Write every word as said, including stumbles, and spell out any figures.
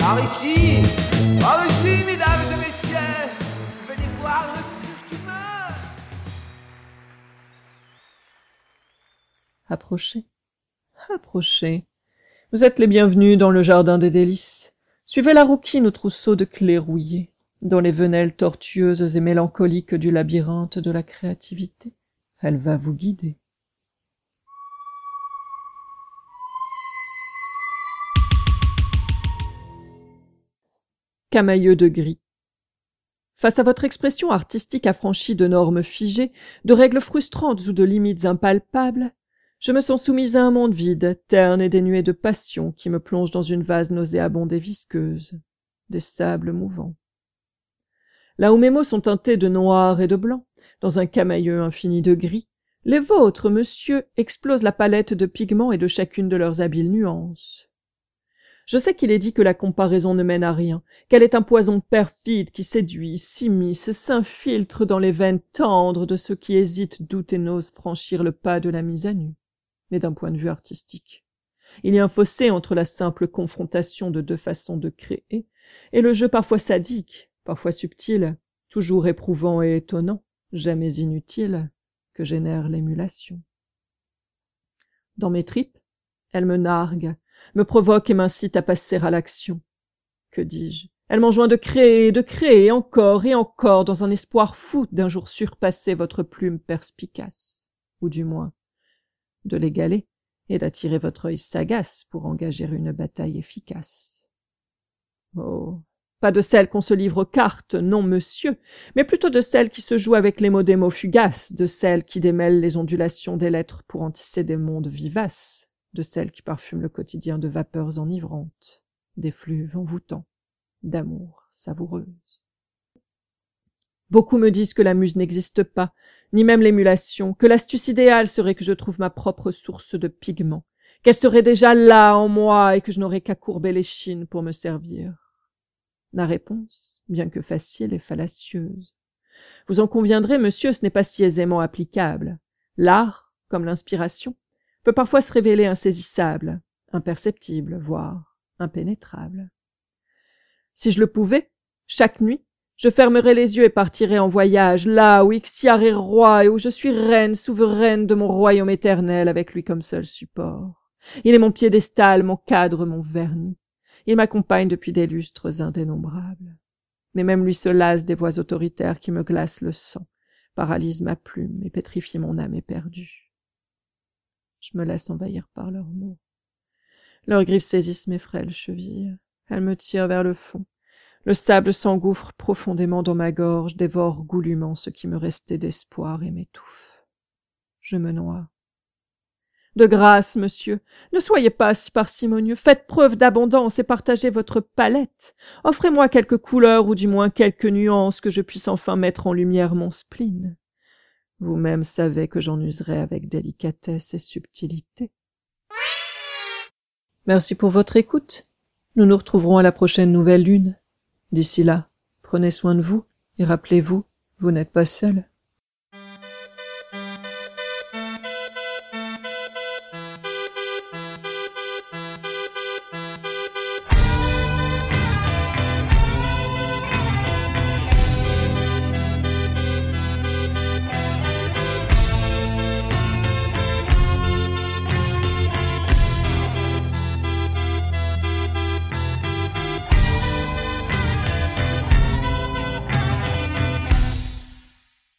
Par ici, par ici, mesdames et messieurs, venez voir le cirque humain. Approchez, approchez. Vous êtes les bienvenus dans le jardin des délices. Suivez la rouquine au trousseau de clés rouillées, dans les venelles tortueuses et mélancoliques du labyrinthe de la créativité. Elle va vous guider. Camailleux de gris. Face à votre expression artistique affranchie de normes figées, de règles frustrantes ou de limites impalpables, je me sens soumise à un monde vide, terne et dénué de passion qui me plonge dans une vase nauséabonde et visqueuse, des sables mouvants. Là où mes mots sont teintés de noir et de blanc, dans un camailleux infini de gris, les vôtres, monsieur, explosent la palette de pigments et de chacune de leurs habiles nuances. Je sais qu'il est dit que la comparaison ne mène à rien, qu'elle est un poison perfide qui séduit, s'immisce, s'infiltre dans les veines tendres de ceux qui hésitent, doutent et n'osent franchir le pas de la mise à nu. Mais d'un point de vue artistique, il y a un fossé entre la simple confrontation de deux façons de créer et le jeu parfois sadique, parfois subtil, toujours éprouvant et étonnant, jamais inutile, que génère l'émulation. Dans mes tripes, elle me nargue, me provoque et m'incite à passer à l'action. Que dis-je? Elle m'enjoint de créer, de créer encore et encore dans un espoir fou d'un jour surpasser votre plume perspicace, ou du moins de l'égaler et d'attirer votre œil sagace pour engager une bataille efficace. Oh, pas de celle qu'on se livre aux cartes, non monsieur, mais plutôt de celle qui se joue avec les mots des mots fugaces, de celle qui démêle les ondulations des lettres pour en tisser des mondes vivaces, de celle qui parfume le quotidien de vapeurs enivrantes, d'effluves envoûtants, d'amour savoureuse. Beaucoup me disent que la muse n'existe pas, ni même l'émulation, que l'astuce idéale serait que je trouve ma propre source de pigments, qu'elle serait déjà là en moi et que je n'aurais qu'à courber l'échine pour me servir. La réponse, bien que facile, est fallacieuse. Vous en conviendrez, monsieur, ce n'est pas si aisément applicable. L'art, comme l'inspiration, peut parfois se révéler insaisissable, imperceptible, voire impénétrable. Si je le pouvais, chaque nuit, je fermerai les yeux et partirai en voyage, là où Ixiar est roi et où je suis reine souveraine de mon royaume éternel avec lui comme seul support. Il est mon piédestal, mon cadre, mon vernis. Il m'accompagne depuis des lustres indénombrables. Mais même lui se lasse des voix autoritaires qui me glacent le sang, paralysent ma plume et pétrifient mon âme éperdue. Je me laisse envahir par leurs mots. Leurs griffes saisissent mes frêles chevilles. Elles me tirent vers le fond. Le sable s'engouffre profondément dans ma gorge, dévore goulûment ce qui me restait d'espoir et m'étouffe. Je me noie. De grâce, monsieur, ne soyez pas si parcimonieux, faites preuve d'abondance et partagez votre palette. Offrez-moi quelques couleurs ou du moins quelques nuances que je puisse enfin mettre en lumière mon spleen. Vous-même savez que j'en userai avec délicatesse et subtilité. Merci pour votre écoute. Nous nous retrouverons à la prochaine nouvelle lune. D'ici là, prenez soin de vous et rappelez-vous, vous n'êtes pas seul.